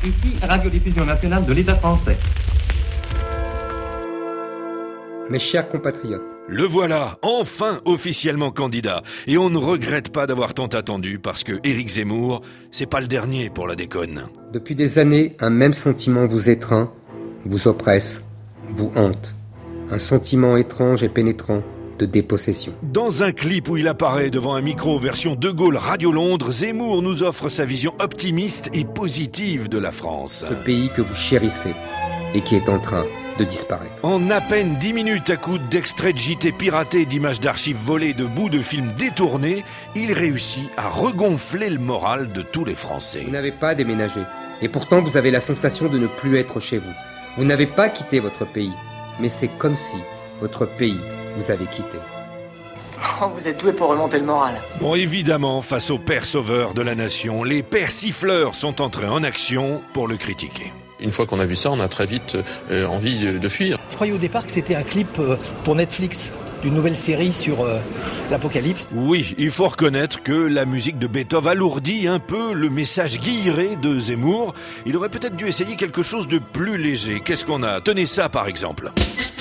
Ici, Radiodiffusion nationale de l'État français. Mes chers compatriotes, le voilà, enfin officiellement candidat. Et on ne regrette pas d'avoir tant attendu parce que Éric Zemmour, c'est pas le dernier pour la déconne. depuis des années, un même sentiment vous étreint, vous oppresse, vous hante. Un sentiment étrange et pénétrant de dépossession. Dans un clip où il apparaît devant un micro version De Gaulle Radio Londres, Zemmour nous offre sa vision optimiste et positive de la France. Ce pays que vous chérissez et qui est en train de disparaître. En à peine 10 minutes à coups d'extraits de JT piratés, d'images d'archives volées, de bouts de films détournés, il réussit à regonfler le moral de tous les Français. Vous n'avez pas déménagé. Et pourtant, vous avez la sensation de ne plus être chez vous. Vous n'avez pas quitté votre pays. Mais c'est comme si votre pays vous avait quitté. Oh, vous êtes doué pour remonter le moral. Bon, évidemment, face au père sauveur de la nation, les pères siffleurs sont entrés en action pour le critiquer. Une fois qu'on a vu ça, on a très vite envie de fuir. Je croyais au départ que c'était un clip pour Netflix, d'une nouvelle série sur l'apocalypse. Oui, il faut reconnaître que la musique de Beethoven alourdit un peu le message guilleré de Zemmour. Il aurait peut-être dû essayer quelque chose de plus léger. Qu'est-ce qu'on a ? Tenez ça par exemple.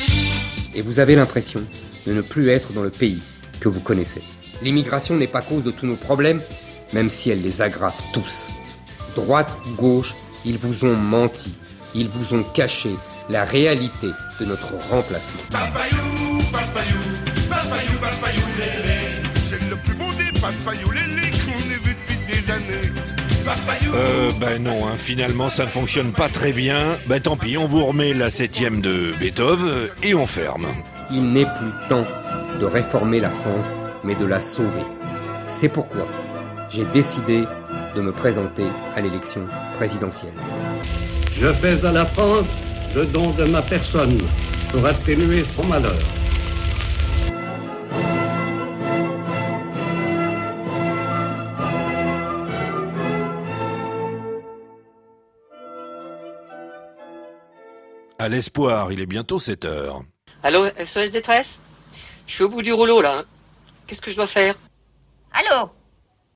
Et vous avez l'impression de ne plus être dans le pays que vous connaissez. L'immigration n'est pas cause de tous nos problèmes, même si elle les aggrave tous. Droite, gauche, ils vous ont menti. Ils vous ont caché la réalité de notre remplacement. Papayou, papayou, papayou, papayou, lélé. C'est le plus beau des papayou, lélé qu'on ait vu depuis des années. Papayou. Ben non, finalement ça ne fonctionne pas très bien. Ben tant pis, on vous remet la 7e de Beethoven et on ferme. Il n'est plus temps de réformer la France, mais de la sauver. C'est pourquoi j'ai décidé de me présenter à l'élection présidentielle. Je fais à la France le don de ma personne pour atténuer son malheur. À l'espoir, il est bientôt 7h. Allô, SOS détresse ? Je suis au bout du rouleau là. Qu'est-ce que je dois faire ? Allô ?